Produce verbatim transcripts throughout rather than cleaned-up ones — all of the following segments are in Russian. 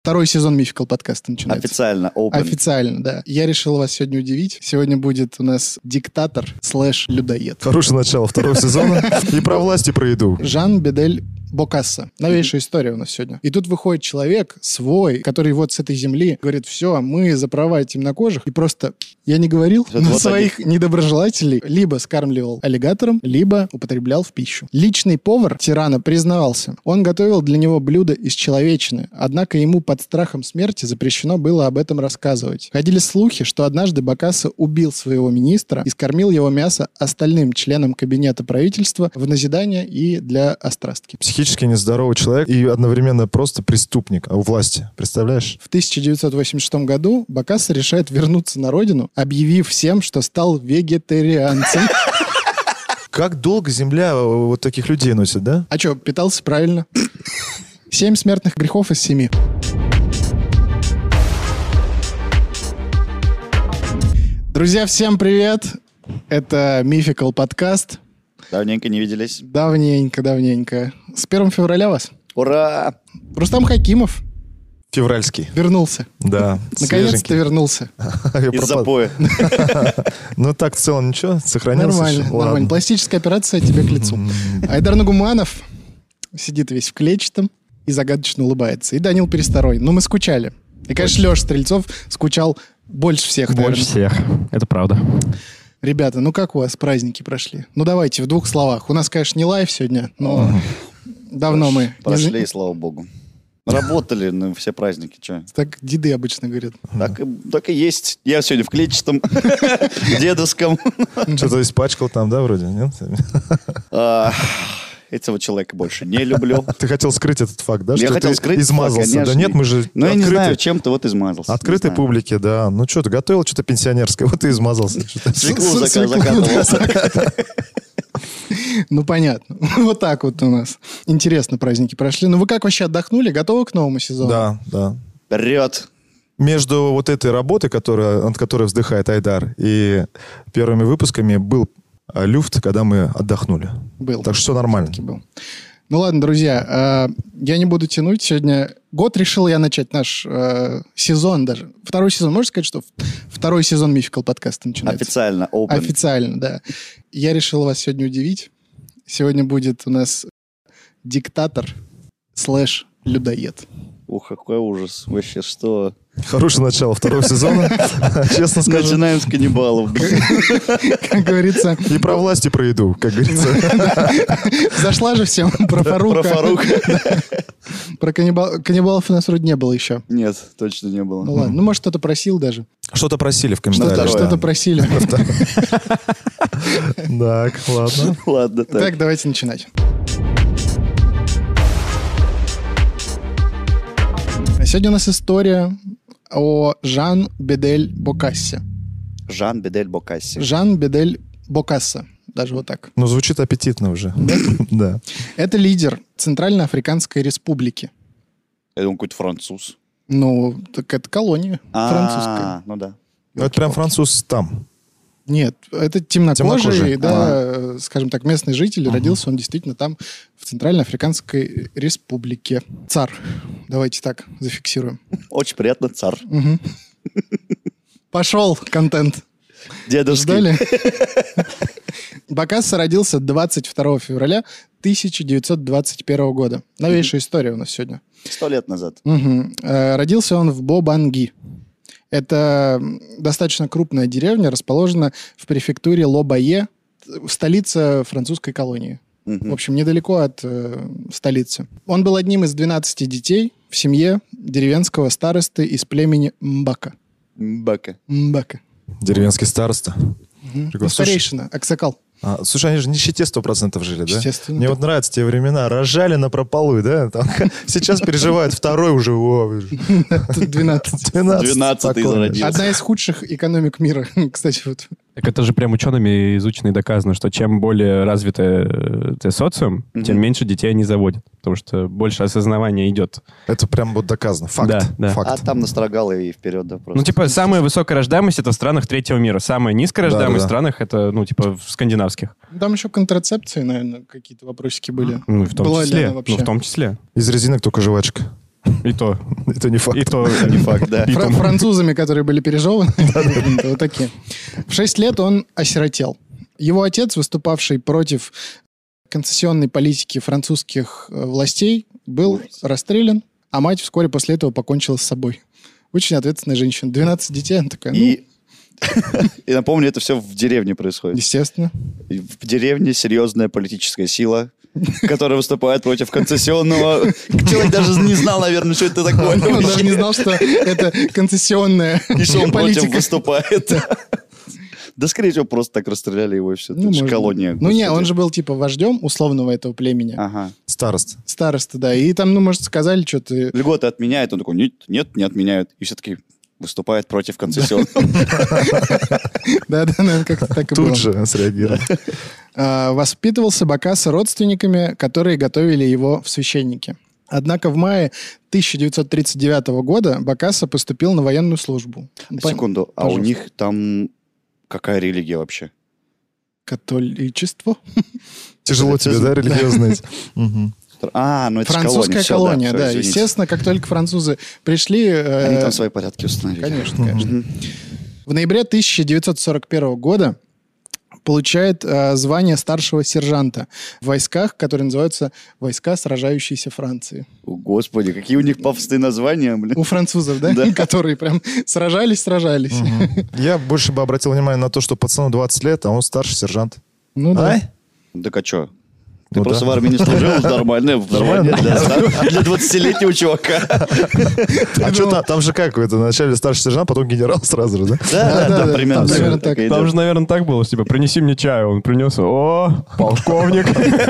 Второй сезон Mythical подкаста начинается. Официально, open. Официально, да. Я решил вас сегодня удивить. Сегодня будет у нас диктатор слэш людоед. Хорошее начало второго сезона. И про власть, и про еду. Жан Бедель Бокасса. Новейшая история у нас сегодня. И тут выходит человек свой, который вот с этой земли говорит: все, мы за права темнокожих. И просто, я не говорил, Это но вот своих они. недоброжелателей либо скармливал аллигатором, либо употреблял в пищу. Личный повар тирана признавался. Он готовил для него блюдо из человечины. Однако ему под страхом смерти запрещено было об этом рассказывать. Ходили слухи, что однажды Бокасса убил своего министра и скормил его мясо остальным членам кабинета правительства в назидание и для острастки. Психически нездоровый человек и одновременно просто преступник у власти. Представляешь? В тысяча девятьсот восемьдесят шестом году Бокасса решает вернуться на родину, объявив всем, что стал вегетарианцем. Как долго земля вот таких людей носит, да? А что, питался правильно? Семь смертных грехов из семи. Друзья, всем привет! Это Mythical подкаст. Давненько не виделись. Давненько, давненько. С первого февраля вас. Ура! Рустам Хакимов Февральский. вернулся. Да, Наконец-то свеженький. вернулся. Из запоя. Ну так, в целом ничего, сохранился. Нормально, Ладно. нормально. Пластическая операция тебе к лицу. Айдар Нугуманов сидит весь в клетчатом и загадочно улыбается. И Данил Пересторой. Ну, мы скучали. И, конечно, Леша Стрельцов скучал больше всех. Больше наверное. всех. Это правда. Ребята, ну как у вас праздники прошли? Ну давайте в двух словах. У нас, конечно, не лайв сегодня, но давно мы... не Прошли, за- и слава богу. Работали на все праздники, что? Так деды обычно говорят. Так, и- так и есть. Я сегодня в клетчатом, дедовском. Что-то испачкал там, да, вроде, нет? А, Этого человека больше не люблю. Ты хотел скрыть этот факт, да? Я что хотел ты скрыть, измазался. конечно. Да нет, мы же Ну, я не открыты- знаю, чем-то вот измазался. Открытой Не знаю. публике, да. Ну что, ты готовил что-то пенсионерское, вот и измазался. Что-то. Свеклу С- зака- свеклу, закатывал. да, закатывал. Ну, понятно. Вот так вот у нас. Интересно праздники прошли. Ну, вы как вообще отдохнули? Готовы к новому сезону? Да, да. Вперед! Между вот этой работой, которая, над которой вздыхает Айдар, и первыми выпусками был а, люфт, когда мы отдохнули. Был. Так что все нормально. Все-таки был. Ну ладно, друзья, э, я не буду тянуть. Сегодня год решил я начать наш э, сезон даже. Второй сезон. Можно сказать, что в- второй сезон Mythical подкаста начинается? Официально, open. Официально, да. Я решил вас сегодня удивить. Сегодня будет у нас диктатор слэш людоед. Ух, какой ужас. Вообще, что? Хорошее начало второго сезона, честно скажу. Начинаем с каннибалов. Как говорится, И про власть, и про еду, как говорится. зашла же всем про Фарука. Про Фарука. Про каннибал- каннибалов у нас вроде не было еще. Нет, точно не было. Ну ладно, ну может кто-то просил даже. Что-то просили в Что-то, комментариях. второе. что-то просили. Так, ладно. Ладно, так. Так, давайте начинать. А сегодня у нас история о Жан Бедель Бокассе. Жан Бедель Бокасси. Жан Бедель Бокасса. Даже вот так. Ну, звучит аппетитно уже. Да. Это лидер Центральноафриканской республики. Я думаю, какой-то француз. Ну, так это колония французская. А, ну да. Ну, это прям француз там. Нет, это темнокожий, Темнокожий. да, э, скажем так, местный житель. Родился он действительно там, в Центральноафриканской республике. Цар. Давайте так зафиксируем. Очень приятно, цар. Мгм. Пошел контент. Дедушки. Ждали? Бокасса родился двадцать второго февраля тысяча девятьсот двадцать первого года. Новейшая история у нас сегодня. Сто лет назад. Мгм. Э, Родился он в Бобанги. Это м, достаточно крупная деревня, расположена в префектуре Лобае, столица французской колонии. В Мгм. общем, недалеко от э, столицы. Он был одним из двенадцати детей в семье деревенского старосты из племени Мбака. Бака. Мбака. Деревенский староста. Ну, Прикольно. Слушай, старейшина, Аксакал. а, слушай, они же в нищете сто процентов жили, да? Естественно. Мне вот нравятся те времена. Рожали напропалую, да? Там, сейчас переживают второй уже. О, Тут двенадцать. двенадцать. Двенадцатый спокойно. зародился. Одна из худших экономик мира, кстати, вот. Так это же прям учеными изучено и доказано, что чем более развитый э, социум, Мгм. тем меньше детей они заводят. Потому что больше осознавания идет. Это прям вот доказано. Факт. Да, да. А Факт. там настрогало и вперед, да, просто. Ну, типа, самая высокая рождаемость — это в странах третьего мира. Самая низкая Да, рождаемость да, да. в странах — это, ну, типа, в скандинавских. Там еще контрацепции, наверное, какие-то вопросики были. Ну, и в том Была ли числе. она вообще? Ну, в том числе. Из резинок только жвачка. И то. Это не факт. И то. Не факт, да. Фра- французами, которые были пережеваны. Вот такие. В шесть лет он осиротел. Его отец, выступавший против концессионной политики французских э, властей, был расстрелян, а мать вскоре после этого покончила с собой. Очень ответственная женщина. двенадцать детей, она такая, ну, И, и напомню, это все в деревне происходит. естественно. И в деревне серьезная политическая сила, которая выступает против концессионного... Человек даже не знал, наверное, что это такое. Он даже не знал, что это концессионная И что он против политика. выступает. Да, скорее всего, просто так расстреляли его, и все. Ну, Это же может колония. быть. Ну, не, господи. он же был, типа, вождем условного этого племени. Ага. Старост. Староста, да. И там, ну, может, сказали, что ты... Льготы отменяет. Он такой, нет, нет, не отменяют. И все-таки выступает против концессионного. Да-да, наверное, как-то так и было. Тут же среагировал. А, Воспитывался Бокассо родственниками, которые готовили его в священники. Однако в мае тысяча девятьсот тридцать девятого года Бокассо поступил на военную службу. Пон- Секунду, а у Пожалуйста. них там какая религия вообще? Католичество? Тяжело тебе, да, религиозность? Мгм. А, ну это же Французская Всё, колония, всё, да. извините. Естественно, как только французы пришли... э, Они там свои порядки установили. Конечно, конечно. Мгм. В ноябре тысяча девятьсот сорок первого года получает э, звание старшего сержанта в войсках, которые называются «Войска, сражающиеся Франции». О, Господи, какие у них пафосные названия, блин. У французов, да? Да. Которые прям сражались-сражались. Мгм. Я больше бы обратил внимание на то, что пацану двадцать лет, а он старший сержант. Ну да. Да а чё? Ты Ну просто да. в армии не служил, нормально. Нормально. Для, ста- для двадцатилетнего чувака. А что там, там же как? Это вначале старший сержант, потом генерал сразу же, да? Да, да, да, да, да, примерно. там всё примерно так так. и Там идёт. же, наверное, так было, типа, принеси мне чаю. Он принес, о, полковник.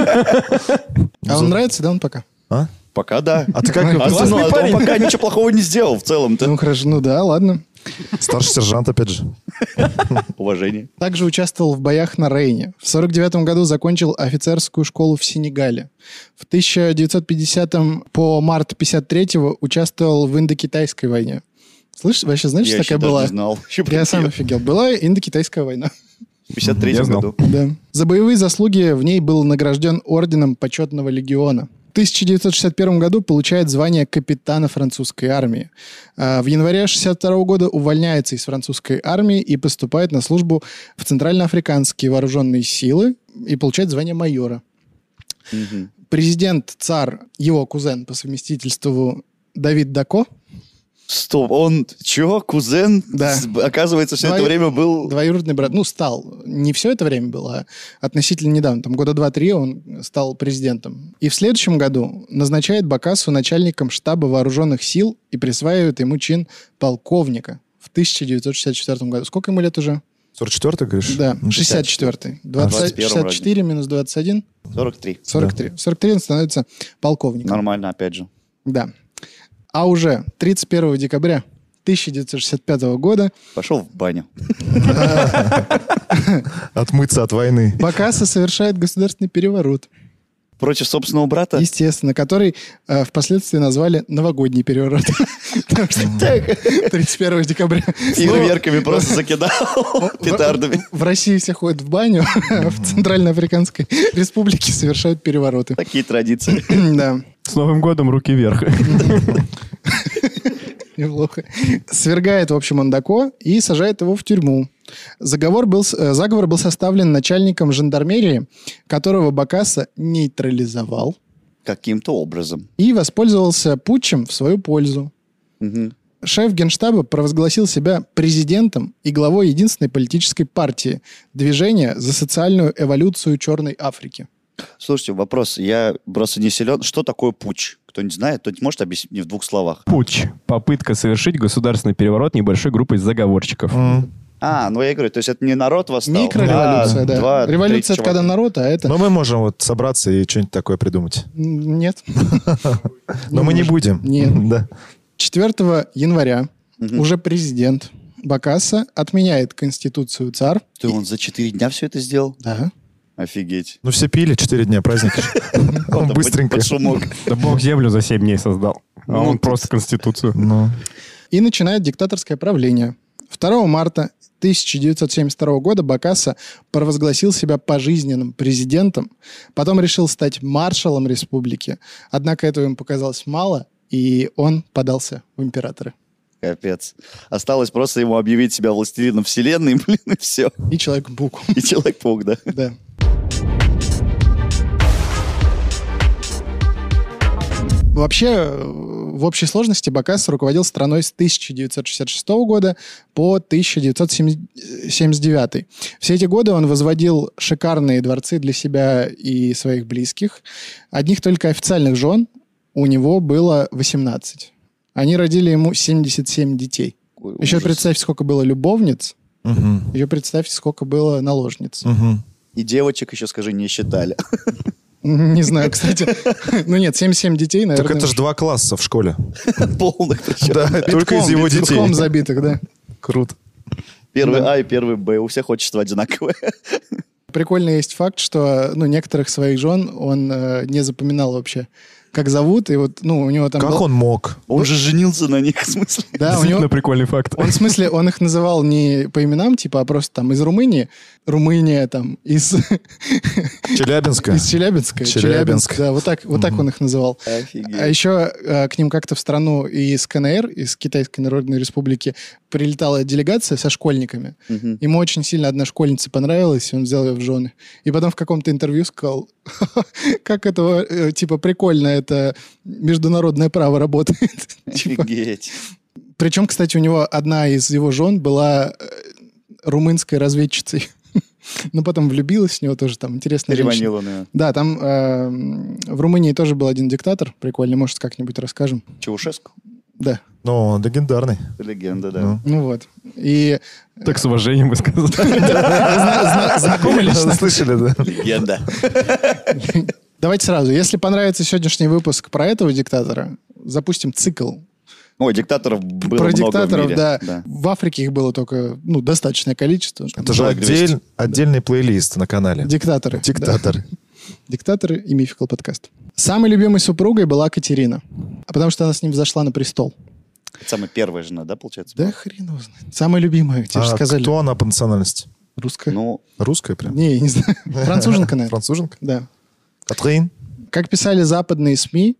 А он нравится, да, он пока? А? Пока да. А ты как? А, Классный ну, а то парень. он пока ничего плохого не сделал в целом-то. Ну хорошо, ну да, ладно. Старший сержант, опять же. Уважение. Также участвовал в боях на Рейне. В сорок девятом году закончил офицерскую школу в Сенегале. В тысяча девятьсот пятидесятом по март пятьдесят третьего участвовал в Индокитайской войне. Слышишь, вообще знаешь, Я что еще такая даже была? не знал. Еще Я сам офигел. Была Индокитайская война. В пятьдесят третьем Я знал. году. Да. За боевые заслуги в ней был награжден орденом Почетного легиона. В тысяча девятьсот шестьдесят первом году получает звание капитана французской армии. А В январе шестьдесят второго года увольняется из французской армии и поступает на службу в Центральноафриканские вооруженные силы и получает звание майора. Мгм. Президент, царь, его кузен по совместительству Давид Дако, Стоп, он чё, кузен? Да. С- Оказывается, все это Двоюродный- время был... двоюродный брат, ну, стал. Не все это время было, а относительно недавно. Там года два-три он стал президентом. И в следующем году назначает Бокассу начальником штаба вооруженных сил и присваивает ему чин полковника в тысяча девятьсот шестьдесят четвертом году. Сколько ему лет уже? сорок четвертый, говоришь? Да, Ну, шестьдесят четвертый. двадцать, двадцать первом шестьдесят четыре минус двадцать один, сорок три. сорок три. сорок три он становится полковником. Нормально, опять же. Да. А уже тридцать первого декабря тысяча девятьсот шестьдесят пятого года Пошел в баню. Отмыться от войны. Бокассо совершает государственный переворот. Против собственного брата? Естественно, который э, впоследствии назвали новогодний переворот. Потому что тридцать первого декабря Фейерверками просто закидал. Петардами. в России все ходят в баню, а в Центральноафриканской Республике совершают перевороты. Такие традиции. Да, С Новым годом руки вверх. неплохо. Свергает, в общем, он Дако и сажает его в тюрьму. Заговор был, с- э, заговор был составлен начальником жандармерии, которого Бокассо нейтрализовал Каким-то образом. и воспользовался путчем в свою пользу. Мгм. Шеф Генштаба провозгласил себя президентом и главой единственной политической партии «Движение за социальную эволюцию Черной Африки». Слушайте, вопрос. Я просто не силен. Что такое путч? Кто-нибудь знает? Кто-нибудь может объяснить мне в двух словах? Путч. Попытка совершить государственный переворот небольшой группой заговорщиков. М. А, ну я и говорю, то есть это не народ восстал? Микрореволюция, а да. два, Революция — три это когда чувака. народ, а это... Но мы можем вот собраться и что-нибудь такое придумать. М, Нет. Но мы не будем. Нет. Да. четвертого января уже президент Бокассо отменяет Конституцию ЦАР. Ты он за четыре дня все это сделал? Да. Офигеть. Ну все пили, четыре дня праздник. Он Там быстренько. под шумок. Да бог землю за семь дней создал. А Ну, он тут- просто конституцию. Ну, И начинает диктаторское правление. второго марта тысяча девятьсот семьдесят второго года Бокассо провозгласил себя пожизненным президентом, потом решил стать маршалом республики, однако этого ему показалось мало, и он подался в императоры. Капец. Осталось просто ему объявить себя властелином вселенной, блин, и все. И Человеком-пауком. И Человек-паук, да. Да. Вообще, в общей сложности Бокассо руководил страной с тысяча девятьсот шестьдесят шестого года по тысяча девятьсот семьдесят девятый. Все эти годы он возводил шикарные дворцы для себя и своих близких. Одних только официальных жен у него было восемнадцать. Они родили ему семьдесят семь детей. Ой, Еще ужас. представь, сколько было любовниц. Мгм. Еще представь, сколько было наложниц. Мгм. И девочек еще, скажи, не считали. Не знаю, кстати. Ну нет, семьдесят семь детей, наверное. Так это же два класса в школе. Полных причем. Да, только из его детей. битком забитых, да. Круто. Первый А и первый Б. У всех отчество одинаковое. Прикольный есть факт, что ну, некоторых своих жен он э, не запоминал вообще, как зовут. И вот, ну, у него там... Как был- он мог? Он же женился на них, в смысле. Да, у Действительно него... прикольный факт. Он, в смысле, он их называл не по именам, типа, а просто там из Румынии, Румыния, там, из, Челябинска. из Челябинска, Челябинск. Челябинск, да, вот так, вот так он их называл. А Офигеть. еще э, к ним как-то в страну из КНР, из Китайской Народной Республики, прилетала делегация со школьниками. Мгм. Ему очень сильно одна школьница понравилась, и он взял ее в жены. И потом в каком-то интервью сказал, как это, э, типа, прикольно, это международное право работает. Типа. Офигеть. Причем, кстати, у него одна из его жен была э, румынской разведчицей. Но потом влюбилась в него тоже, там, интересная женщина. Переманил он ее. Да, там э, в Румынии тоже был один диктатор, прикольный, может, как-нибудь расскажем. Чаушеску. Да, Ну, он легендарный. Легенда, да. Ну. ну вот. И Так с уважением вы сказали. зна- зна- знакомы лично? Слышали, да? Легенда. Давайте сразу. Если понравится сегодняшний выпуск про этого диктатора, запустим цикл Ой, диктаторов было про много в диктаторов, мире. да. В Африке их было только, ну, достаточное количество. Там Это же Человек двести. отдель- отдельный плейлист на канале. Диктаторы. да. Диктатор. Диктаторы и Мификал подкаст. Самой любимой супругой была Катерина, а потому что она с ним взошла на престол. Это самая первая жена, да, получается? Да была? хрен его знает. Самая любимая, тебе же А сказали. кто она по национальности? Русская. Ну, Русская прям? Не, я не знаю. Француженка, наверное. Француженка? Да. Катрин? Как писали западные СМИ,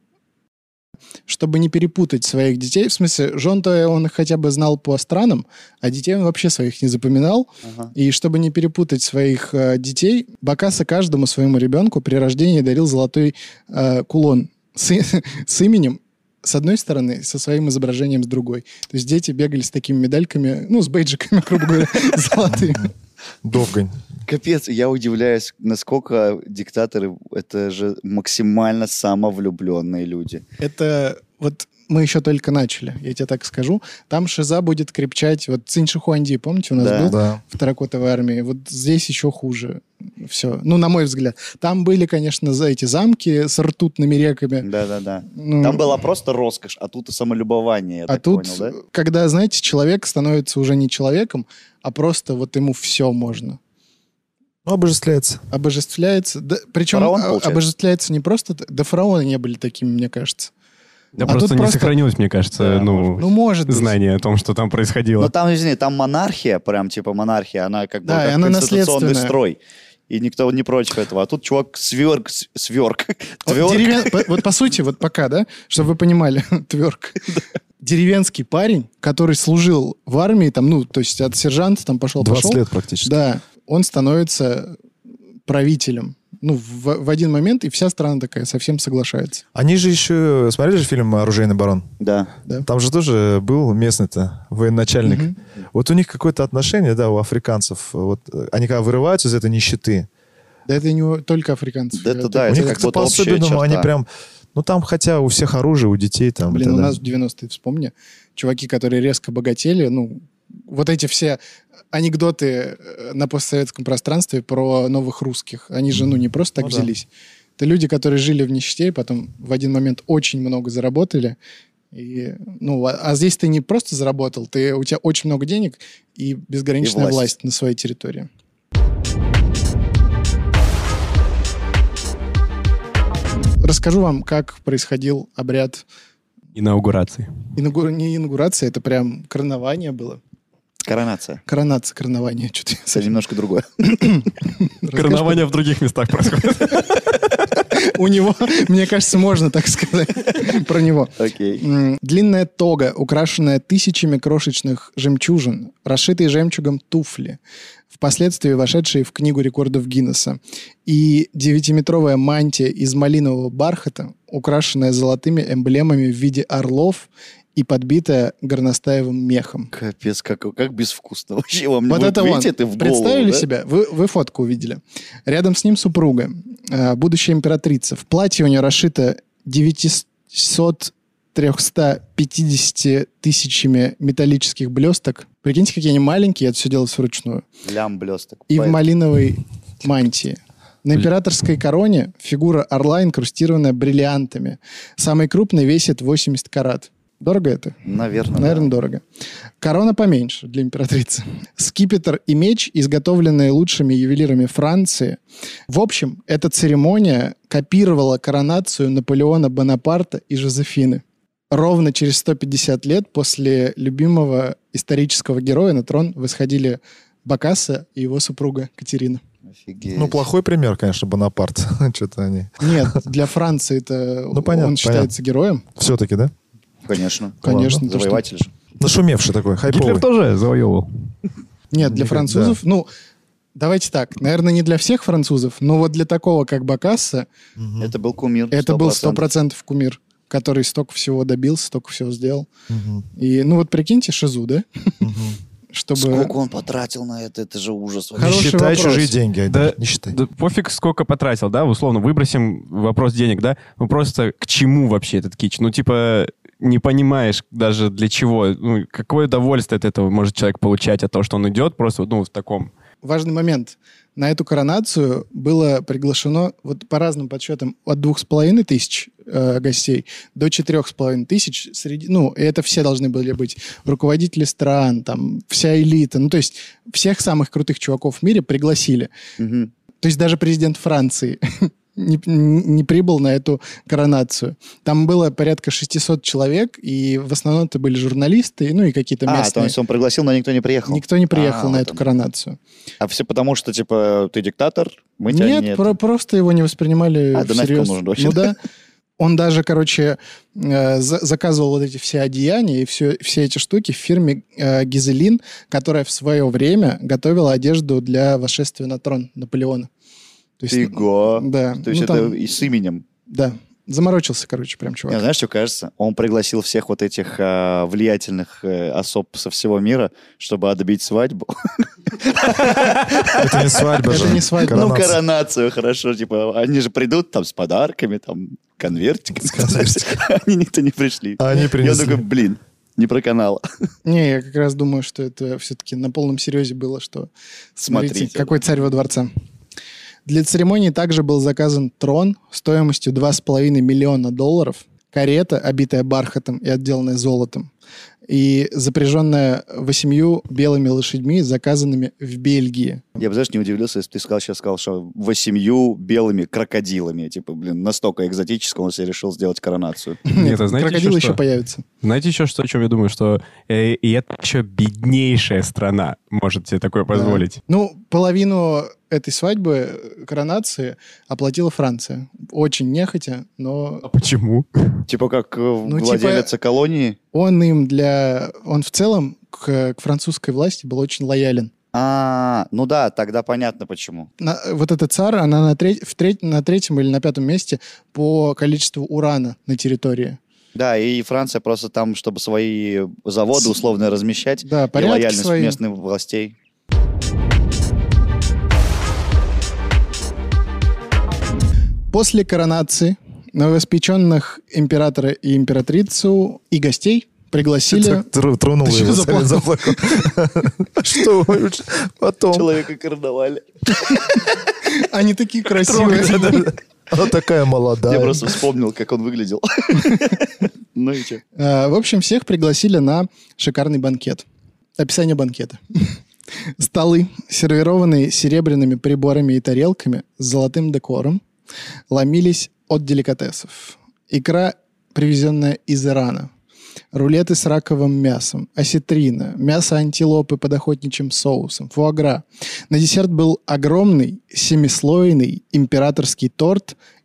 чтобы не перепутать своих детей, в смысле, жен-то он их хотя бы знал по странам, а детей он вообще своих не запоминал. ага. И чтобы не перепутать своих э, детей, Бокассо каждому своему ребенку при рождении дарил золотой э, кулон с, и- с именем с одной стороны, со своим изображением с другой. То есть дети бегали с такими медальками, ну, с бейджиками, грубо говоря, золотыми. Довгань. Капец, я удивляюсь, насколько диктаторы — это же максимально самовлюбленные люди. Это вот мы еще только начали, я тебе так скажу. Там шиза будет крепчать. Вот Цинь Ши Хуанди, помните, у нас Да. был Да. в терракотовой армии? Вот здесь еще хуже все. Ну, на мой взгляд. Там были, конечно, за эти замки с ртутными реками. Да-да-да. Ну, Там была просто роскошь, а тут и самолюбование, я а так тут, понял, да? когда, знаете, человек становится уже не человеком, а просто вот ему все можно. Ну, обожествляется. Обожествляется. Да, причем Фараон, а- получается? обожествляется не просто... т- Да фараоны не были такими, мне кажется. Да А просто тут не просто- сохранилось, мне кажется, Да, ну, Ну, может быть. знание о том, что там Но происходило. там, извини, там монархия, прям типа монархия, она как бы Да, и как она конституционный наследственная. строй. И никто не против этого. А тут чувак сверг, с- сверг, Вот, тверг. деревен- по- вот по сути, вот пока, да, чтобы вы понимали, тверк. Деревенский парень, который служил в армии, там, ну, то есть от сержанта там пошел, двадцать пошел. лет практически. Да, он становится правителем. Ну, в, в один момент, и вся страна такая совсем соглашается. Они же еще... Смотрели же фильм «Оружейный барон»? Да. Да. Там же тоже был местный-то военачальник. Мгм. Вот у них какое-то отношение, да, у африканцев. Вот э, они когда вырываются из этой нищеты, Да это не у- только африканцев. Да это Это- да, у это них как как-то будто общая по-особенному, они черта. прям... Ну, там, хотя у всех оружие, у детей там... и Блин, так у далее. нас в девяностые, вспомни, чуваки, которые резко богатели, ну, вот эти все анекдоты э, на постсоветском пространстве про новых русских, они же, ну, не просто так Ну да. взялись. Это люди, которые жили в нищете, и потом в один момент очень много заработали. И, ну, а, а здесь ты не просто заработал, ты, у тебя очень много денег и безграничная власть. власть на своей территории. Расскажу вам, как происходил обряд Инаугурации. инаугу... не инаугурации, это прям коронование было. Коронация. Коронация, коронование. Что-то Это немножко другое. Коронование в других местах происходит. У него, мне кажется, можно так сказать про него. Окей. М, Длинная тога, украшенная тысячами крошечных жемчужин, расшитые жемчугом туфли, впоследствии вошедшие в книгу рекордов Гиннесса, и девятиметровая мантия из малинового бархата, украшенная золотыми эмблемами в виде орлов и подбитая горностаевым мехом. Капец, как, как безвкусно. Вообще вам не Вот будет это он. видеть это в голову, Представили да? себя? Вы, вы фотку увидели. Рядом с ним супруга, э, будущая императрица. В платье у нее расшито девятьсот триста пятьдесят тысячами металлических блесток. Прикиньте, какие они маленькие, это все делалось вручную. Лям блесток. И в Поэтому- малиновой мантии. На императорской короне фигура орла, инкрустированная бриллиантами. Самый крупный весит восемьдесят карат. Дорого это? Наверное, Наверное, да. дорого. Корона поменьше для императрицы. Скипетр и меч, изготовленные лучшими ювелирами Франции. В общем, эта церемония копировала коронацию Наполеона Бонапарта и Жозефины. Ровно через сто пятьдесят лет после любимого исторического героя на трон восходили Бокассо и его супруга Катерина. Офигеть. Ну, плохой пример, конечно, Бонапарт. Что-то они... Нет, для Франции это Ну, понятно, он считается героем. Все-таки, да? Конечно. Конечно. то, что- Завоеватель же. Нашумевший такой, хайповый. Гитлер тоже завоевывал. Нет, для Никак- французов, ну, давайте так, наверное, не для всех французов, но вот для такого, как Бокассо, Мгм. Это был кумир. это был сто сто процентов. процентов кумир, который столько всего добился, столько всего сделал. Мгм. И, ну вот прикиньте, Шизу, да? Мгм. Чтобы... Сколько он потратил на это? Это же ужас. вообще. Не Хороший считай вопрос. чужие деньги, Айдар, Да, не считай. да пофиг, сколько потратил, да, условно, выбросим вопрос денег, да, ну просто к чему вообще этот кич? Ну, типа, не понимаешь даже для чего, ну, какое удовольствие от этого может человек получать, от того, что он идет просто, ну, в таком... Важный момент. На эту коронацию было приглашено, вот по разным подсчетам, от двух с половиной тысяч э, гостей до четырех с половиной тысяч. Среди, ну, и это все должны были быть руководители стран, там, вся элита. Ну, то есть всех самых крутых чуваков в мире пригласили. Мгм. То есть даже президент Франции не, не прибыл на эту коронацию. Там было порядка шестьсот человек, и в основном это были журналисты, ну и какие-то А, то местные. есть он пригласил, но никто не приехал. Никто не приехал А, на вот эту он. коронацию. А все потому, что, типа, ты диктатор, мы тебя Нет, нет. про- просто его не воспринимали А, да нафиг он всерьез. нужен вообще? Ну да. Он даже, короче, э, за- заказывал вот эти все одеяния и все, все эти штуки в фирме э, Гизелин, которая в свое время готовила одежду для восшествия на трон Наполеона. То есть, Фига. Да. То есть ну, это там- и с именем. Да. Заморочился, короче, прям чувак. Не, знаешь, что кажется? Он пригласил всех вот этих а, влиятельных э, особ со всего мира, чтобы отбить свадьбу. Это не свадьба Это же. не свадьба. Ну, Коронация. коронацию, хорошо. Типа, они же придут там с подарками, там, конвертиками. Они никто не пришли. А они Я принесли. такой, блин, не про канал. Не, я как раз думаю, что это все-таки на полном серьезе было, что смотрите, Смотрите. какой царь во дворце. Для церемонии также был заказан трон стоимостью два с половиной миллиона долларов, карета, обитая бархатом и отделанная золотом, и запряженная восемью белыми лошадьми, заказанными в Бельгии. Я бы, знаешь, не удивился, если бы ты сказал, сейчас сказал, что восемью белыми крокодилами. Типа, блин, настолько экзотически он себе решил сделать коронацию. Нет, а знаете крокодилы еще еще что? появятся. Знаете еще что, о чем я думаю, что э, и это еще беднейшая страна может себе такое позволить. Да. Ну, половину этой свадьбы, э, коронации, оплатила Франция. Очень нехотя, но А почему? Типа как э, Ну, владелец колонии. он им для... Он в целом к, к французской власти был очень лоялен. А, ну да, тогда понятно почему. На- вот эта ЦАР, она на, треть- в треть- на третьем или на пятом месте по количеству урана на территории. Да, и Франция просто там, чтобы свои заводы условно размещать, Да, и порядки лояльность свои. местных властей. После коронации новоиспеченных императора и императрицу и гостей пригласили... Ты тру- Тронул Ты его, чё смотри, заплакал. Что? Потом. Человека карнавале. Они такие красивые. Она такая Я молодая. просто вспомнил, как он выглядел. Ну и что? А, В общем, всех пригласили на шикарный банкет. Описание банкета. Столы, сервированные серебряными приборами и тарелками с золотым декором, ломились от деликатесов. Икра, привезенная из Ирана. Рулеты с раковым мясом, осетрина, мясо антилопы под охотничьим соусом, фуагра. На десерт был огромный семислойный императорский торт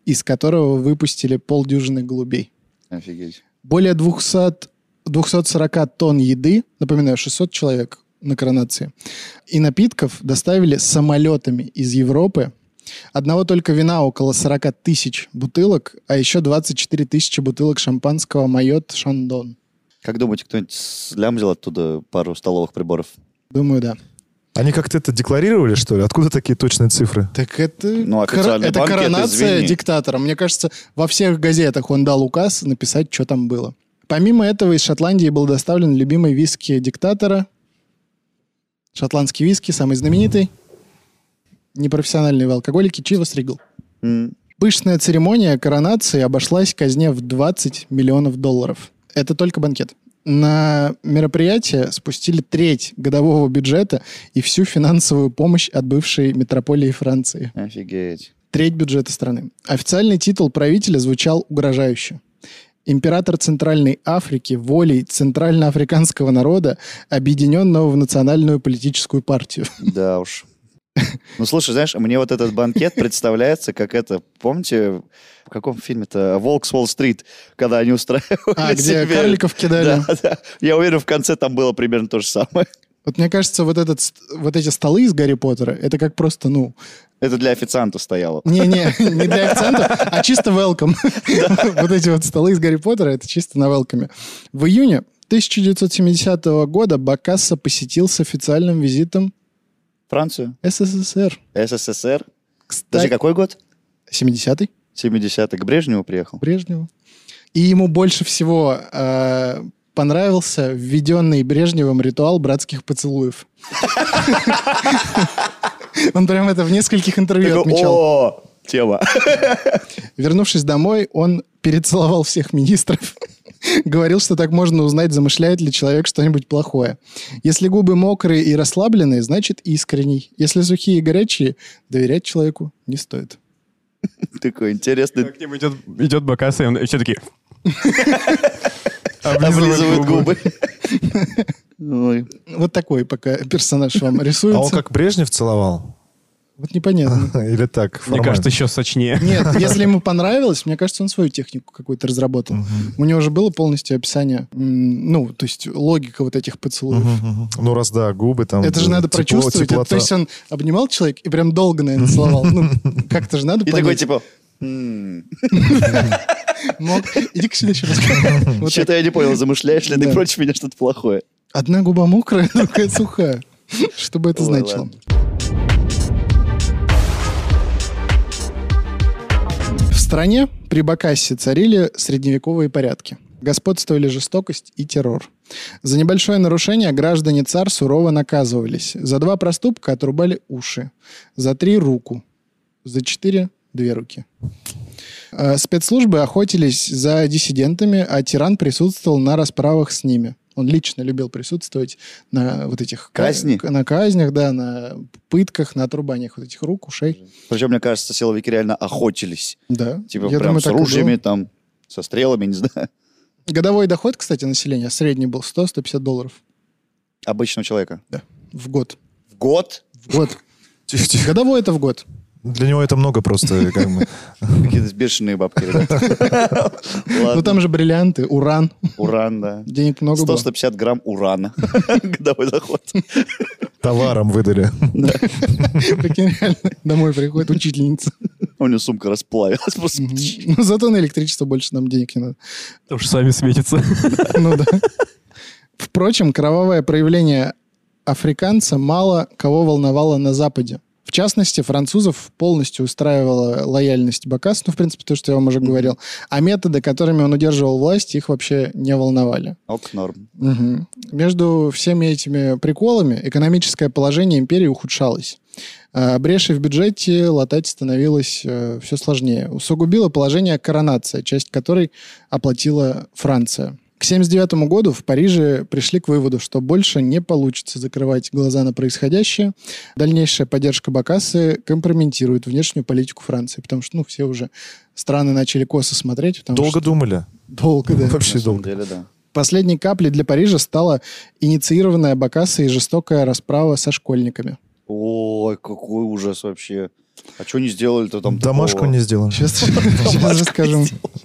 из которого выпустили полдюжины голубей. Офигеть. Более двухсот, двухсот сорока тонн еды, напоминаю, шестьсот человек на коронации, и напитков доставили самолетами из Европы. Одного только вина около сорок тысяч бутылок, а еще двадцать четыре тысячи бутылок шампанского «Майот Шандон». Как думаете, кто-нибудь слямзил оттуда пару столовых приборов? Думаю, да. Они как-то это декларировали, что ли? Откуда такие точные цифры? Так это, Ну, кор- официальный это банкет, коронация извини. диктатора. Мне кажется, во всех газетах он дал указ написать, что там было. Помимо этого, из Шотландии был доставлен любимый виски диктатора. Шотландский виски, самый знаменитый. Непрофессиональные алкоголики Чивас Ригл. М. Пышная церемония коронации обошлась казне в двадцать миллионов долларов. Это только банкет. На мероприятие спустили треть годового бюджета и всю финансовую помощь от бывшей метрополии Франции. Офигеть. Треть бюджета страны. Официальный титул правителя звучал угрожающе. Император Центральной Африки волей центральноафриканского народа, объединенного в национальную политическую партию. Да уж. Ну, слушай, знаешь, мне вот этот банкет представляется, как это, помните, в каком фильме-то «Волк с Уолл-стрит», когда они устраивали А, где себе- карликов кидали. Да, да. Я уверен, в конце там было примерно то же самое. Вот мне кажется, вот, этот, ст- вот эти столы из Гарри Поттера, это как просто, ну... Это для официанта стояло. Не-не, не для официантов, а чисто welcome. Вот эти вот столы из Гарри Поттера, это чисто на welcome. В июне тысяча девятьсот семидесятого года Бокассо посетил с официальным визитом Францию, СССР. СССР. Даже Кстати, какой год? семидесятый, семидесятый. К Брежневу приехал. Брежневу. И ему больше всего э, понравился введенный Брежневым ритуал братских поцелуев. Он прям это в нескольких интервью Такой, отмечал. О, тема. Вернувшись домой, он перецеловал всех министров. Говорил, что так можно узнать, замышляет ли человек что-нибудь плохое. Если губы мокрые и расслабленные, значит искренний. Если сухие и горячие, доверять человеку не стоит. Такой интересный. К ним идет, идет Бокассо, и он- и все такие... Облизывает губы. Ой. Вот такой пока персонаж вам А он рисуется. как Брежнев целовал? Вот непонятно. Или так? Мне формально? кажется, еще сочнее. Нет, если ему понравилось, мне кажется, он свою технику какую-то разработал. У него же было полностью описание, м, ну, то есть логика вот этих поцелуев. Мгм, мгм. Ну, раз, да, губы там... Это же э, надо тепло, прочувствовать. Это, теплота. то есть он обнимал человека и прям долго, наверное, целовал. Ну, как-то же надо И такой, понять. типа, «М, Мог- Иди-ка сюда еще раз. Вот что-то я не понял, замышляешь ли ты Да. против меня что-то плохое? одна губа мокрая, другая сухая. Что бы это Ой, значило? ладно. В стране при Бокассе царили средневековые порядки. Господствовали жестокость и террор. За небольшое нарушение граждане цар сурово наказывались. За два проступка отрубали уши. За три — руку. За четыре — две руки. Э, Спецслужбы охотились за диссидентами, а тиран присутствовал на расправах с ними. Он лично любил присутствовать на вот этих... ка- Казни? На казнях, да, на пытках, на отрубаниях вот этих рук, ушей. Причем, мне кажется, силовики реально охотились. Да. Типа Я прям думаю, с так и было. ружьями, там, со стрелами, не знаю. Годовой доход, кстати, населения средний был сто — сто пятьдесят долларов Обычного человека. в год. В год? В год. Тихо, тихо. Годовой это в год. Для него это много просто. Как бы. Какие-то бешеные бабки, ребята. Ну Ладно. там же бриллианты, уран. Уран, да. Денег много было. сто — сто пятьдесят грамм урана. Годовой доход. Товаром выдали. Прикинь, реально, домой приходит учительница. У него сумка расплавилась просто. Мгм. Ну зато на электричество больше нам денег не надо. Потому что сами светятся. Ну да. Впрочем, кровавое проявление африканца мало кого волновало на Западе. В частности, французов полностью устраивала лояльность Бокассо, ну, в принципе, то, что я вам уже говорил, а методы, которыми он удерживал власть, их вообще не волновали. Ок, норм. Мгм. Между всеми этими приколами экономическое положение империи ухудшалось. А бреши в бюджете латать становилось э, все сложнее. Усугубило положение коронация, часть которой оплатила Франция. К семьдесят девятому году в Париже пришли к выводу, что больше не получится закрывать глаза на происходящее. Дальнейшая поддержка Бокассы компрометирует внешнюю политику Франции, потому что ну, все уже страны начали косо смотреть. потому Долго что- думали? Долго, да. Вообще На самом долго. деле, да. Последней каплей для Парижа стала инициированная Бокассой жестокая расправа со школьниками. Ой, какой ужас вообще. А что не сделали-то там Домашку такого? не сделали. Сейчас, сейчас расскажем.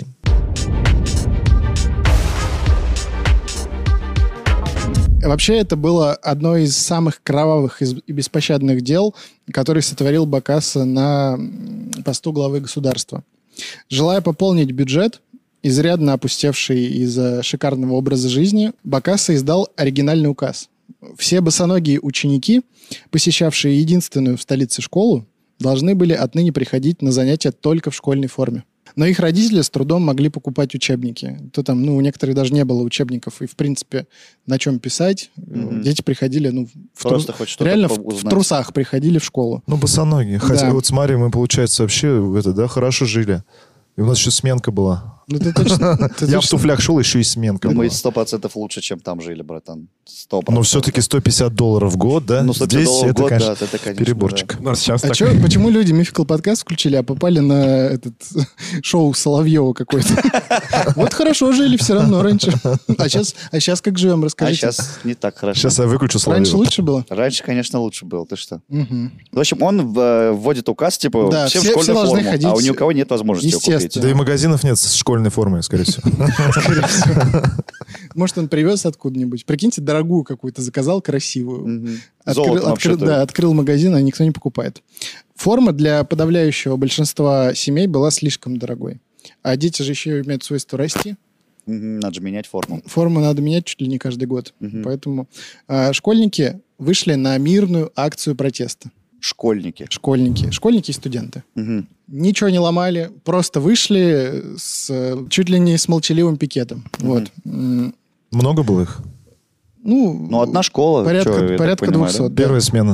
Вообще, это было одно из самых кровавых и беспощадных дел, которые сотворил Бокассо на посту главы государства. Желая пополнить бюджет, изрядно опустевший из-за шикарного образа жизни, Бокассо издал оригинальный указ. Все босоногие ученики, посещавшие единственную в столице школу, должны были отныне приходить на занятия только в школьной форме. Но их родители с трудом могли покупать учебники. То там, ну, у некоторых даже не было учебников, и, в принципе, на чем писать. Mm-hmm. Дети приходили, ну, в Просто тру... хоть что-то реально в, узнать. в трусах приходили в школу. Ну, босоногие. Да. Хотя вот смотри, мы, получается, вообще это, да, хорошо жили. И у нас еще сменка была. Ну, ты точно, ты Я точно... в туфлях шел, еще и сменка Мы была. сто процентов лучше, чем там жили, братан. Сто процентов. Но все-таки сто пятьдесят долларов в год, да? Ну, сто пятьдесят Здесь долларов в это, год, конечно, да, это, конечно, переборчик. У нас сейчас А так... чё, почему люди Mythical подкаст включили, а попали на этот шоу Соловьева какое-то? Вот хорошо жили все равно раньше. А сейчас, а сейчас как живем, А расскажите. сейчас не так хорошо. Сейчас я выключу слово. Раньше лучше было? Раньше, конечно, лучше было. Ты что? Мгм. В общем, он в- вводит указ, типа, Да, все, все- в все школьную должны форму, ходить, а у ни у кого нет возможности ее купить. естественно. Да и магазинов нет с школьной формой, скорее всего. Скорее всего. Может, он привез откуда-нибудь. Прикиньте, дорогую какую-то заказал, красивую. Мгм. Открыл, Золото открыл- вообще-то. да, открыл магазин, а никто не покупает. Форма для подавляющего большинства семей была слишком дорогой. А дети же еще имеют свойство расти. Мгм, Надо же менять форму. Форму надо менять чуть ли не каждый год. Мгм. Поэтому а, школьники вышли на мирную акцию протеста. Школьники. Школьники. Школьники и студенты. Мгм. Ничего не ломали, просто вышли с, э, чуть ли не с молчаливым пикетом. Вот. М, Много было их? Ну, Ну, одна школа. порядка, чё, я так порядка понимаю, да? двухсот. да. Первая смена.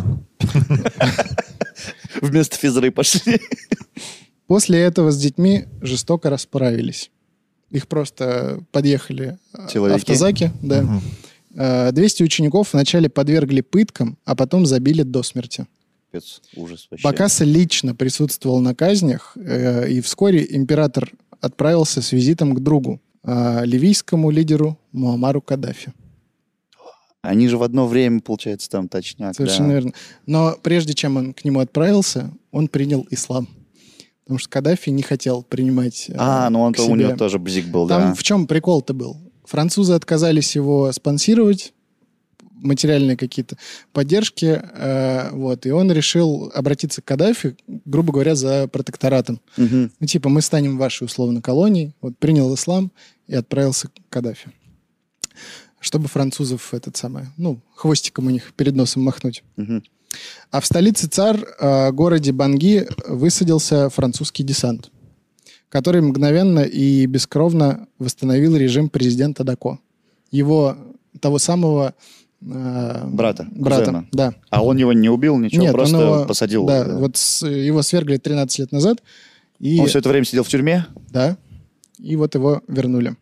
Вместо физры пошли. После этого с детьми жестоко расправились. Их просто подъехали э, Силовики? автозаки. Да. Мгм. Э, двести учеников вначале подвергли пыткам, а потом забили до смерти. Капец, ужас вообще. Бокассо лично присутствовал на казнях, э, и вскоре император отправился с визитом к другу, э, ливийскому лидеру Муаммару Каддафи. Они же в одно время, получается, там точняк. Совершенно да. верно. Но прежде чем он к нему отправился, он принял ислам. Потому что Каддафи не хотел принимать э, А, ну он к то у себе. него тоже бзик был, Там да. в чем прикол-то был? Французы отказались его спонсировать, материальные какие-то поддержки, э, вот, и он решил обратиться к Каддафи, грубо говоря, за протекторатом. Мгм. Ну, типа, мы станем вашей, условно, колонией. Вот, принял ислам и отправился к Каддафи. Чтобы французов, этот самый, ну, хвостиком у них перед носом махнуть. Мгм. А в столице ЦАР, э, городе Банги, высадился французский десант, который мгновенно и бескровно восстановил режим президента Дако. Его, того самого... э, Брата, Брата, кузена. да. А он его не убил, ничего, Нет, просто он его, посадил. Да, да. вот с- его свергли тринадцать лет назад. И, Он все это время сидел в тюрьме? да, и вот его вернули.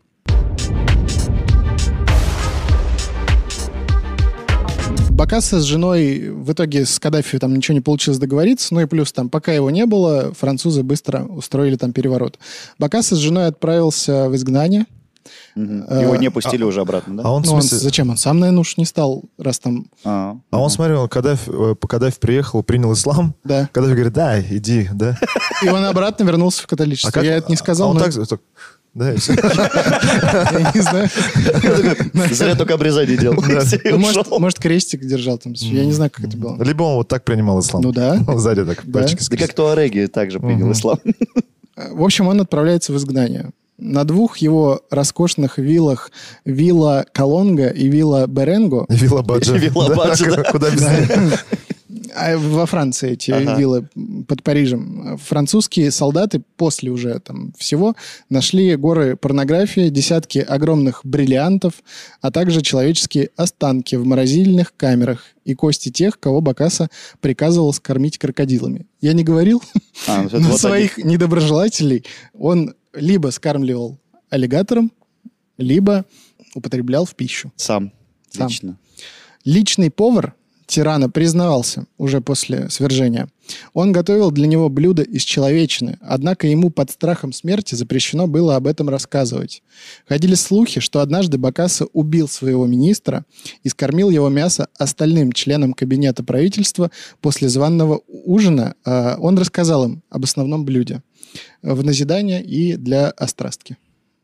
Бокассо с женой в итоге с Каддафи там ничего не получилось договориться, ну и плюс там, пока его не было, французы быстро устроили там переворот. Бокассо с женой отправился в изгнание. Мгм. Э, Его не пустили уже обратно, да? А он, в Ну, он смысле... зачем? Он сам, наверное, уж не стал, раз там... А, А он, смотри, он Каддафи, э, Каддафи приехал, принял ислам. Да. Каддафи говорит, да, иди, да. И он обратно вернулся в католичество. Я это не сказал, а он но... так, так, да, и всё. Я не знаю. Зря только обрезание делал. И Ну, может, ушел. может, крестик держал там. Я не знаю, как это было. Либо он вот так принимал ислам. Ну да. Сзади так, Да. пальчики Да скрестил. как Туареги также принял Мгм. ислам. В общем, он отправляется в изгнание. На двух его роскошных виллах вилла Колонга и вилла Беренго, Вилла Баджа. Вилла Баджа, да. Куда без нее. а во Франции эти Ага. виллы под Парижем, французские солдаты после уже там всего нашли горы порнографии, десятки огромных бриллиантов, а также человеческие останки в морозильных камерах и кости тех, кого Бокассо приказывал скормить крокодилами. Я не говорил, А, ну, это но вот своих недоброжелателей он либо скармливал аллигатором, либо употреблял в пищу. один. Сам. Сам. Лично. Личный повар тирана признавался уже после свержения. Он готовил для него блюдо из человечины, однако ему под страхом смерти запрещено было об этом рассказывать. Ходили слухи, что однажды Бокассо убил своего министра и скормил его мясо остальным членам кабинета правительства. После званого ужина э, он рассказал им об основном блюде в назидание и для острастки.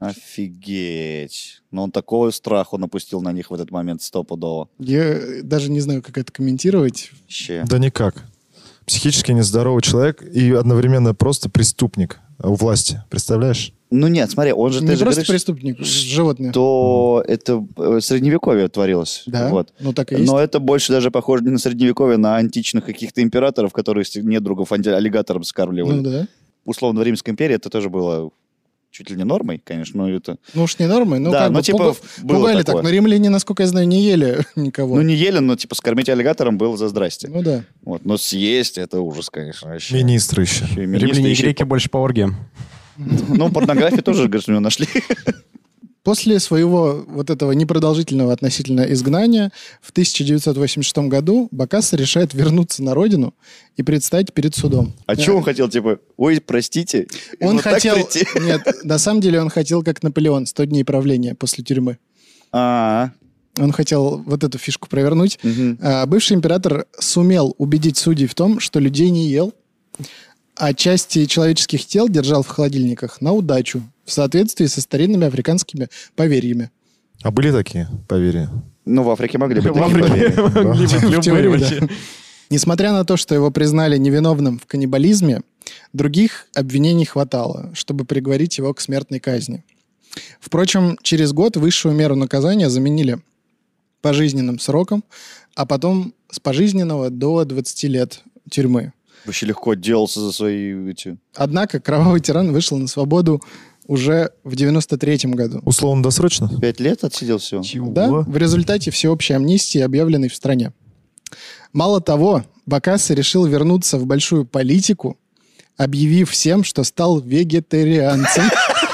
Офигеть. Но он такого страху напустил на них в этот момент стопудово. Я даже не знаю, как это комментировать. Вообще. Да никак. Психически нездоровый человек и одновременно просто преступник у власти. Представляешь? Ну нет, смотри, он же... Не ты же просто говоришь, преступник, животное. то это э, средневековье творилось. Да, Вот. ну так и есть. Но это больше даже похоже не на средневековье, на античных каких-то императоров, которые недругов анти- аллигатором скармливали. Ну да. Условно, в Римской империи это тоже было чуть ли не нормой, конечно, но это... Ну уж не нормой, ну Да, как но бы типа пуга- было пугали такое. так. Но римляне, насколько я знаю, не ели никого. Ну не ели, но типа скормить аллигатором было за здрасте. Ну да. Вот. Но съесть это ужас, конечно. Вообще. Министры еще. Еще и министры, Римляне и еще и греки больше по оргиям. Ну, порнографию тоже, говоришь, у него нашли. После своего вот этого непродолжительного относительно изгнания в тысяча девятьсот восемьдесят шестом году Бокассо решает вернуться на родину и предстать перед судом. А Да. что он хотел, типа, ой, простите, и Он вот так хотел... прийти? Нет, на самом деле он хотел как Наполеон, сто дней правления после тюрьмы. А, Он хотел вот эту фишку провернуть. мгм. А, бывший император сумел убедить судей в том, что людей не ел, а части человеческих тел держал в холодильниках на удачу, в соответствии со старинными африканскими поверьями. А были такие поверья? Ну, в Африке могли быть В такие Африке поверья. могли быть В любые теории, да. вообще. Несмотря на то, что его признали невиновным в каннибализме, других обвинений хватало, чтобы приговорить его к смертной казни. Впрочем, через год высшую меру наказания заменили пожизненным сроком, а потом с пожизненного до двадцати лет тюрьмы. Вообще легко отделался за свои эти... Однако кровавый тиран вышел на свободу уже в девяносто третьем году. Условно-досрочно? Пять лет отсидел все. Чего? Да, в результате всеобщей амнистии, объявленной в стране. Мало того, Бокассо решил вернуться в большую политику, объявив всем, что стал вегетарианцем.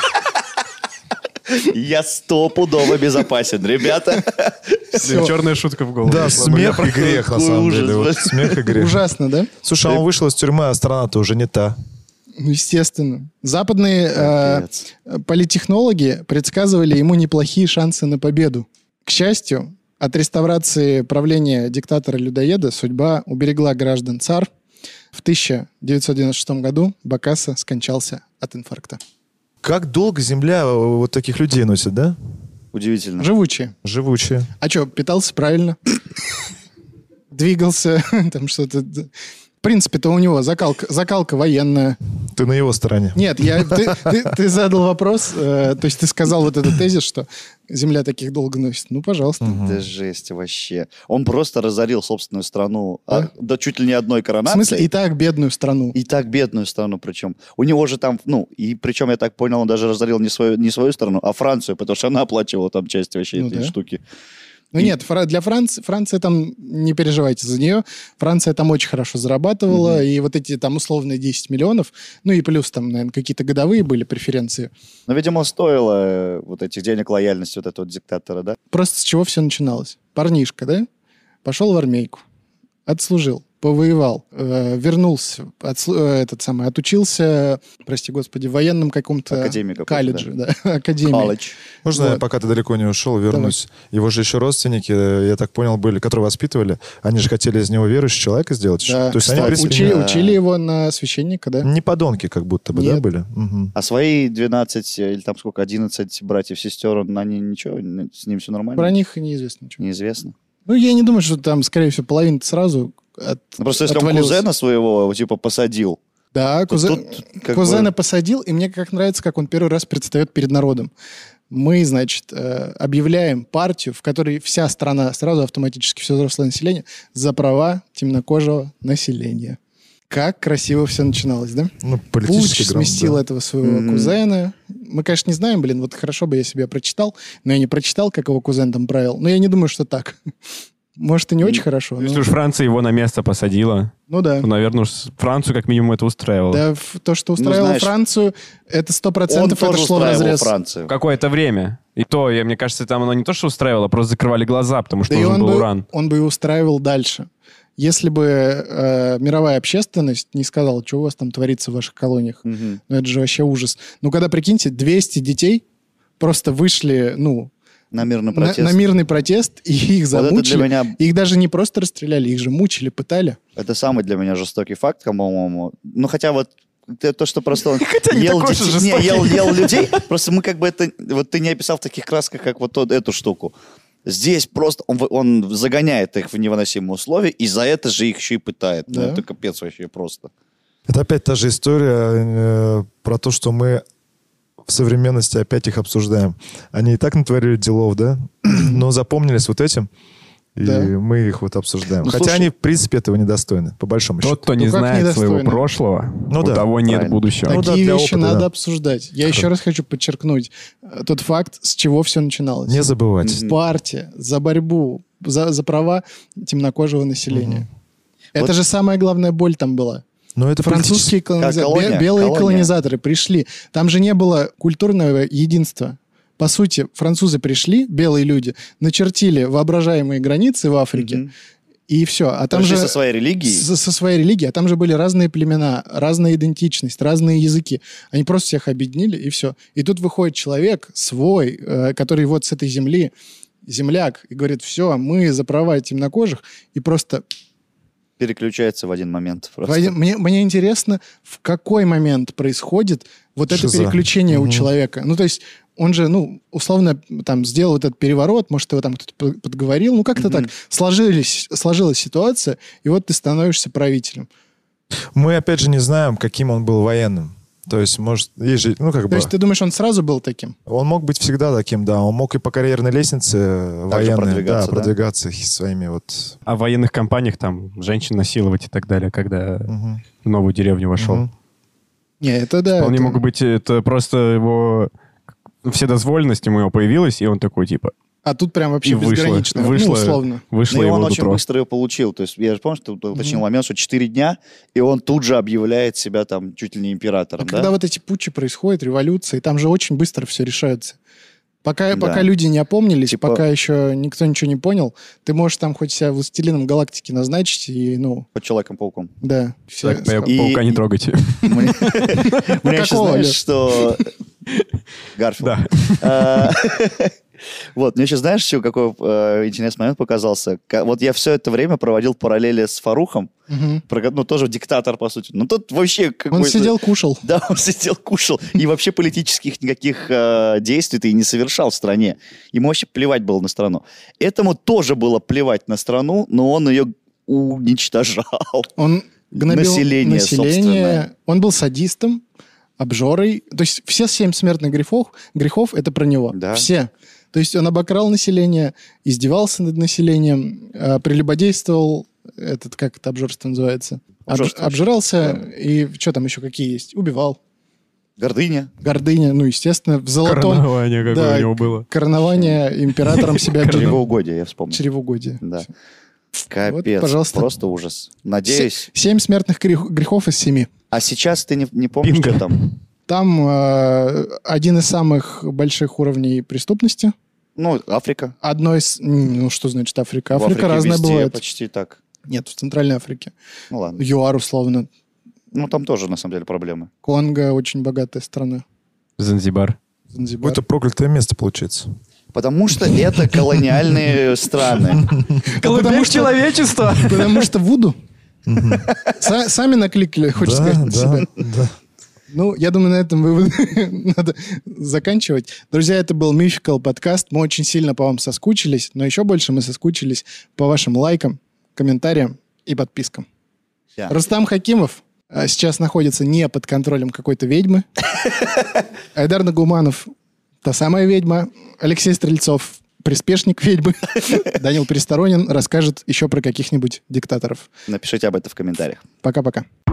Я стопудово безопасен, ребята. Всё. Черная шутка в голову. Да, пришла. смех и грех, на Какой самом ужас, деле. Вот вообще. смех и грех. Ужасно, да? Слушай, а он вышел из тюрьмы, а страна-то уже не та. Ну, естественно. Западные э, Капец. политтехнологи предсказывали ему неплохие шансы на победу. К счастью, от реставрации правления диктатора-людоеда судьба уберегла граждан ЦАР. В тысяча девятьсот девяносто шестом году Бокассо скончался от инфаркта. Как долго земля вот таких людей носит, да? Удивительно. Живучие. Живучие. А что, питался правильно? Двигался, там что-то... В принципе-то у него закалка, закалка военная. Ты на его стороне. Нет, я, ты, ты, ты задал вопрос, э, то есть ты сказал вот этот тезис, что земля таких долго носит. Ну, пожалуйста. Да жесть вообще. Он просто разорил собственную страну а, Да? до чуть ли не одной В коронации. смысле, и так бедную страну. И так бедную страну причем. У него же там, ну, и причем, я так понял, он даже разорил не свою, не свою страну, а Францию, потому что она оплачивала там часть вообще Ну этой да. штуки. Ну И- нет, Фра- для Франции, Франция там, не переживайте за нее, Франция там очень хорошо зарабатывала, Мгм. и вот эти там условные десять миллионов, ну и плюс там, наверное, какие-то годовые были преференции. Но, видимо, стоило э, вот этих денег лояльность вот этого диктатора, да? Просто с чего все начиналось? Парнишка, да? Пошел в армейку, отслужил, повоевал, э, вернулся, отслу- э, этот самый, отучился, прости господи, в военном каком-то Академии какой-то, колледже, да, академии. Колледж. Можно Вот. я, пока ты далеко не ушел, вернусь? Его же еще родственники, э, я так понял, были, которые воспитывали. Они же хотели из него верующего человека сделать. Да. То есть они, в Кстати, принципе, учили, да. учили его на священника, да? не подонки как будто бы, да, Нет. были? Мгм. А свои двенадцать э, или там сколько, одиннадцать братьев-сестер, он, они ничего, н- с ним все нормально? Про них неизвестно ничего. Неизвестно. Ну, я не думаю, что там, скорее всего, половина сразу от- Ну, просто если отвалилась. он кузена своего, типа, посадил, Да, то кузен- тут как кузена бы- посадил, и мне как нравится, как он первый раз предстает перед народом. Мы, значит, э, объявляем партию, в которой вся страна, сразу автоматически все взрослое население, за права темнокожего населения. Как красиво все начиналось, да? Ну, Пуч политический грамота, сместил да. этого своего Мгм. кузена. Мы, конечно, не знаем, блин, вот хорошо бы я себе прочитал, но я не прочитал, как его кузен там правил. Но я не думаю, что так. Может, и не очень хорошо. Если но- уж Франция его на место посадила, Ну да. то, наверное, уж Францию как минимум это устраивало. Да, в- то, что устраивало знаешь, Францию, это сто Он процентов тоже это шло в устраивал разрез. Францию. Какое-то время. И то, я, мне кажется, там оно не то, что устраивало, а просто закрывали глаза, потому что Да и нужен он был бы, уран. он бы и устраивал дальше. Если бы э, мировая общественность не сказала, что у вас там творится в ваших колониях. Мгм. Ну, это же вообще ужас. Ну, когда, прикиньте, двести детей просто вышли, ну, На мирный на, протест. на мирный протест, и их Вот это замучили. для меня, Их даже не просто расстреляли, их же мучили, пытали. это самый для меня жестокий факт, по-моему. Ну, хотя вот это то, что просто он Хотя не ел, такой же детей- не, жестокий. ел, ел людей, просто мы как бы это... Вот ты не описал в таких красках, как вот тот- эту штуку. Здесь просто он, в- он загоняет их в невыносимые условия, и за это же их еще и пытает. Ну, Да. это капец вообще просто. Это опять та же история э, про то, что мы в современности опять их обсуждаем. Они и так натворили делов, да? Но запомнились вот этим, и Да. мы их вот обсуждаем. Ну, Хотя слушай- они, в принципе, этого недостойны, по большому счету. Тот, кто не Ну, как знает своего недостойно? прошлого, Ну у да, того нет правильно. будущего. Ну да, Такие для вещи опыта, надо да. обсуждать. Я еще раз хочу подчеркнуть э, тот факт, с чего все начиналось. Не забывать. С партии, за борьбу, за, за права темнокожего населения. Это Вот- же самая главная боль там была. Но это Французские колонизаторы, колония, белые колония. колонизаторы пришли. Там же не было культурного единства. По сути, французы пришли, белые люди, начертили воображаемые границы в Африке, Мгм. и все. А там Пришли же со своей религией. со, со своей религией, а там же были разные племена, разная идентичность, разные языки. Они просто всех объединили, и все. И тут выходит человек свой, э, который вот с этой земли, земляк, и говорит, все, мы за права темнокожих, и просто... Переключается в один момент. Просто. в один- Мне, мне интересно, в какой момент происходит вот это Шиза. переключение у Мгм. человека. Ну, то есть он же, ну, условно, там, сделал этот переворот, может, его там кто-то п- подговорил, ну, как-то Мгм. так сложились, сложилась ситуация, и вот ты становишься правителем. Мы, опять же, не знаем, каким он был военным. То есть, может, есть же, ну, как То бы... есть ты думаешь, он сразу был таким? Он мог быть всегда таким, да. Он мог и по карьерной лестнице военной продвигаться, да, да? продвигаться их своими вот... А в военных компаниях там женщин насиловать и так далее, когда Мгм. в новую деревню вошел. Мгм. Не, это да. Вполне это- могут быть, это просто его вседозволенность ему его появилась, и он такой, типа, А тут прям вообще и вышло, безгранично. вышло, Ну, условно. вышло Ну, и его он очень нутро. быстро ее получил. То есть, я же помню, что ты уточнил Мгм. момент, что четыре дня, и он тут же объявляет себя там чуть ли не А императором, да? когда вот эти путчи происходят, революции, там же очень быстро все решается. Пока, Да. пока люди не опомнились, Типа- пока еще никто ничего не понял, ты можешь там хоть себя властелином галактики назначить, и, ну, Под Человеком-пауком. да. все Так, пау- схо- И- паука не и- трогайте. Мне мне еще, Какого, знаешь, Леш? что... Гарфилд. Да. А, Вот, мне еще знаешь, что, какой э, интересный момент показался? Ка- Вот я все это время проводил параллели с Фарухом, Мгм. про- ну, тоже диктатор, по сути. Ну, тут вообще какой-то... Он сидел, кушал. Да, он сидел, кушал. И вообще политических никаких э, действий ты и не совершал в стране. Ему вообще плевать было на страну. Этому тоже было плевать на страну, но он ее уничтожал. Он гнобил Население население. собственное. Он был садистом, обжорой. То есть все семь смертных грехов, грехов это про него. Да. Все. То есть он обокрал население, издевался над населением, э, прелюбодействовал, этот, как это обжорство называется? Обж- Обжорство. обжирался, и что там еще какие есть? Убивал. Гордыня. Гордыня, ну, естественно, в золотом Коронование какое Да, у него было. коронование императором себя объявил. Чревоугодие, я вспомнил. Чревоугодие. Да. Всё. Капец, пожалуйста. просто ужас. Надеюсь. Се- Семь смертных грех- грехов из семи. А сейчас ты не, не помнишь, Бинго. что там? Там э, один из самых больших уровней преступности. Ну, Африка. Одно из... м, Ну, что значит Африка? В Африка Африке разная везде бывает. почти так. Нет, в Центральной Африке. Ну ладно. ЮАР, условно. Ну, там тоже, на самом деле, проблемы. Конго очень богатая страна. Занзибар. Занзибар. Это проклятое место, получается. Потому что это колониальные страны. Потому что- человечества! Потому что Вуду Са- сами накликали, хочешь Да, сказать, на да, себя. да. Ну, я думаю, на этом вывод надо заканчивать. Друзья, это был Mythical подкаст. Мы очень сильно по вам соскучились, но еще больше мы соскучились по вашим лайкам, комментариям и подпискам. Да. Рустам Хакимов а, сейчас находится не под контролем какой-то ведьмы. Айдар Нагуманов — та самая ведьма. Алексей Стрельцов — приспешник ведьмы. Данил Пересторонин расскажет еще про каких-нибудь диктаторов. Напишите об этом в комментариях. Пока-пока.